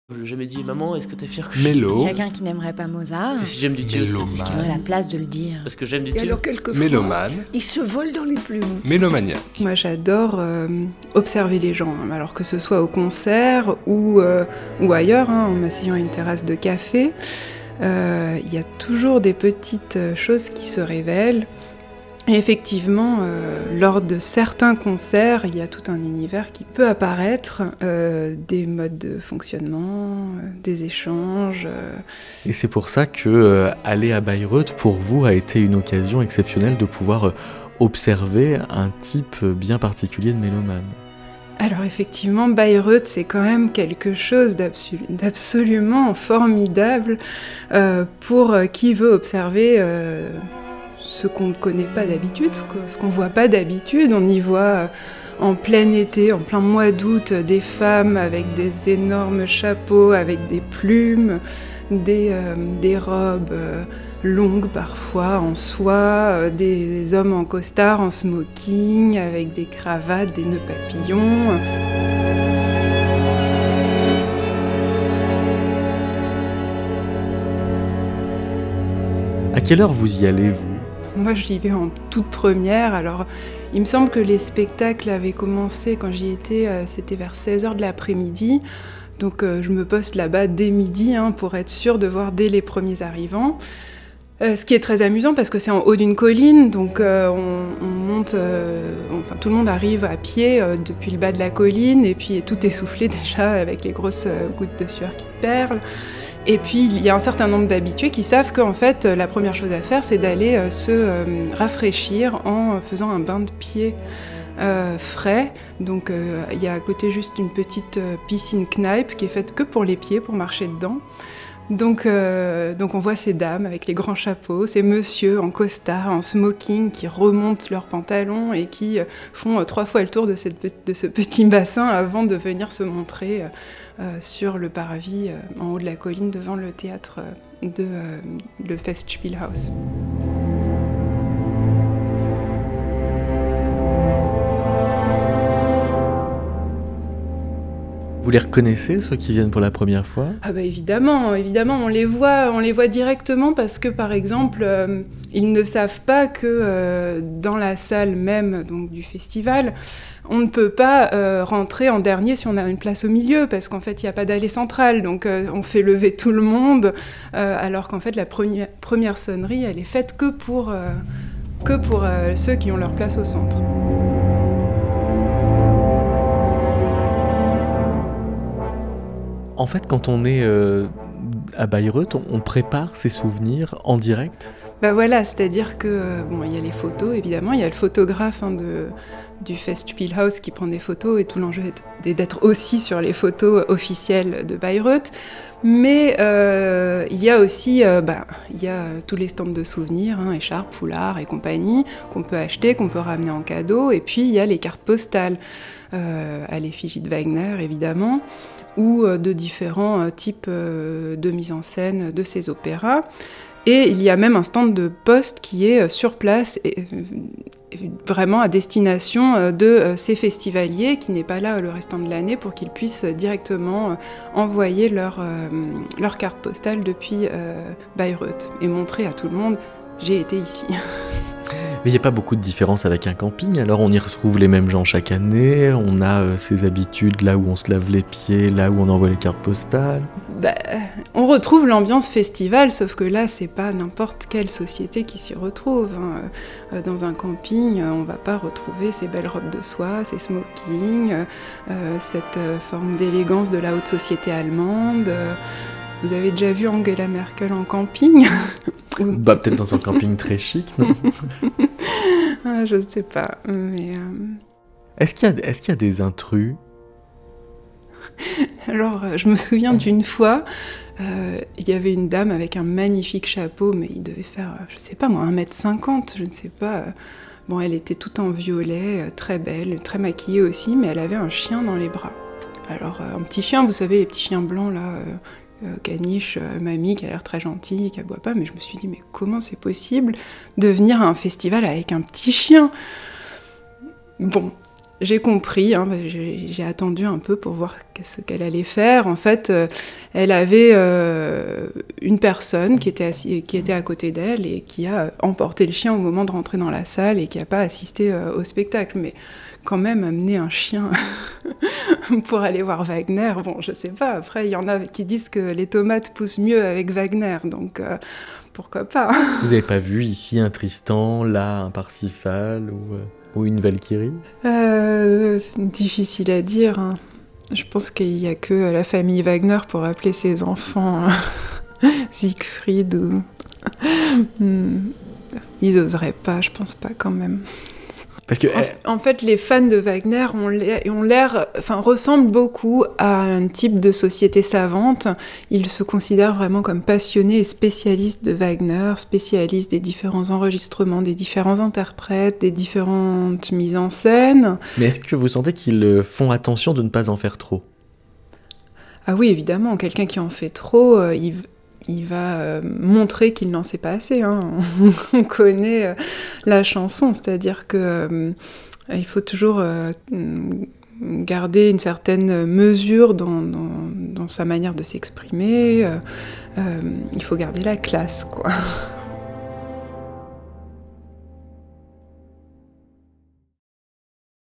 Je lui ai jamais dit, maman, est-ce que t'es fière que Mélo. Quelqu'un qui n'aimerait pas Mozart. Parce que si j'aime du Dieu, Mélomane. Est-ce qu'il aurait la place de le dire? parce que j'aime du Et Dieu. alors quelquefois, Mélomane. ils se volent dans les plumes. Mélomaniaque. Moi, j'adore observer les gens, hein. Alors que ce soit au concert ou ailleurs, hein, en m'asseyant à une terrasse de café. Il y a toujours des petites choses qui se révèlent. Et effectivement, lors de certains concerts, il y a tout un univers qui peut apparaître, des modes de fonctionnement, des échanges. Et c'est pour ça que aller à Bayreuth, pour vous, a été une occasion exceptionnelle de pouvoir observer un type bien particulier de mélomane. Alors effectivement, Bayreuth, c'est quand même quelque chose d'absolument formidable pour qui veut observer ce qu'on ne connaît pas d'habitude, ce qu'on ne voit pas d'habitude. On y voit en plein été, en plein mois d'août, des femmes avec des énormes chapeaux, avec des plumes, des robes longues parfois, en soie, des hommes en costard, en smoking, avec des cravates, des nœuds papillons. À quelle heure vous y allez, vous ? Moi, j'y vais en toute première. Alors, il me semble que les spectacles avaient commencé quand j'y étais, c'était vers 16h de l'après-midi. Donc, je me poste là-bas dès midi pour être sûre de voir dès les premiers arrivants. Ce qui est très amusant parce que c'est en haut d'une colline, donc on monte, tout le monde arrive à pied depuis le bas de la colline et puis tout essoufflé déjà avec les grosses gouttes de sueur qui perlent. Et puis il y a un certain nombre d'habitués qui savent qu'en fait la première chose à faire c'est d'aller se rafraîchir en faisant un bain de pied frais. Donc il y a à côté juste une petite piscine Kneipp qui est faite que pour les pieds, pour marcher dedans. Donc on voit ces dames avec les grands chapeaux, ces messieurs en costard, en smoking qui remontent leurs pantalons et qui font 3 fois le tour de ce petit bassin avant de venir se montrer sur le parvis en haut de la colline devant le théâtre le Festspielhaus. Vous les reconnaissez, ceux qui viennent pour la première fois ? Ah bah évidemment, on les voit directement parce que par exemple, ils ne savent pas que dans la salle même donc, du festival, on ne peut pas rentrer en dernier si on a une place au milieu parce qu'en fait il n'y a pas d'allée centrale, donc on fait lever tout le monde, alors qu'en fait la première sonnerie elle est faite que pour ceux qui ont leur place au centre. En fait, quand on est à Bayreuth, on prépare ses souvenirs en direct ? Bah voilà, c'est-à-dire que il y a les photos évidemment, il y a le photographe du Festspielhaus qui prend des photos et tout l'enjeu est d'être aussi sur les photos officielles de Bayreuth. Mais il y a aussi il y a tous les stands de souvenirs, écharpes, foulards et compagnie, qu'on peut acheter, qu'on peut ramener en cadeau. Et puis il y a les cartes postales à l'effigie de Wagner évidemment, ou de différents types de mise en scène de ces opéras. Et il y a même un stand de poste qui est sur place, et vraiment à destination de ces festivaliers, qui n'est pas là le restant de l'année, pour qu'ils puissent directement envoyer leur carte postale depuis Bayreuth et montrer à tout le monde « j'ai été ici ». Mais il n'y a pas beaucoup de différence avec un camping, alors on y retrouve les mêmes gens chaque année, on a ses habitudes là où on se lave les pieds, là où on envoie les cartes postales. On retrouve l'ambiance festival, sauf que là, c'est pas n'importe quelle société qui s'y retrouve. Dans un camping, on va pas retrouver ces belles robes de soie, ces smokings, cette forme d'élégance de la haute société allemande. Vous avez déjà vu Angela Merkel en camping ? Peut-être dans un camping très chic, non ? Je sais pas, mais... Est-ce qu'il y a des intrus ? Alors, je me souviens d'une fois, il y avait une dame avec un magnifique chapeau, mais il devait faire, je sais pas moi, 1m50, je ne sais pas. Bon, elle était toute en violet, très belle, très maquillée aussi, mais elle avait un chien dans les bras. Alors, un petit chien, vous savez, les petits chiens blancs, là... caniche, mamie qui a l'air très gentille, qui aboie pas, mais je me suis dit mais comment c'est possible de venir à un festival avec un petit chien ? Bon, j'ai compris, hein, j'ai attendu un peu pour voir ce qu'elle allait faire. En fait, elle avait une personne qui était à côté d'elle et qui a emporté le chien au moment de rentrer dans la salle et qui n'a pas assisté au spectacle. Mais quand même, amener un chien pour aller voir Wagner, bon, je sais pas. Après, il y en a qui disent que les tomates poussent mieux avec Wagner, donc pourquoi pas. Vous avez pas vu ici un Tristan, là un Parsifal ou une Valkyrie ? Difficile à dire, hein. Je pense qu'il n'y a que la famille Wagner pour appeler ses enfants Siegfried ou... Ils oseraient pas, je pense pas quand même. Parce que En fait, les fans de Wagner ressemblent beaucoup à un type de société savante. Ils se considèrent vraiment comme passionnés et spécialistes de Wagner, spécialistes des différents enregistrements, des différents interprètes, des différentes mises en scène. Mais est-ce que vous sentez qu'ils font attention de ne pas en faire trop ? Ah oui, évidemment, quelqu'un qui en fait trop, il va montrer qu'il n'en sait pas assez. Hein. On connaît la chanson, c'est-à-dire que il faut toujours garder une certaine mesure dans sa manière de s'exprimer. Il faut garder la classe, quoi.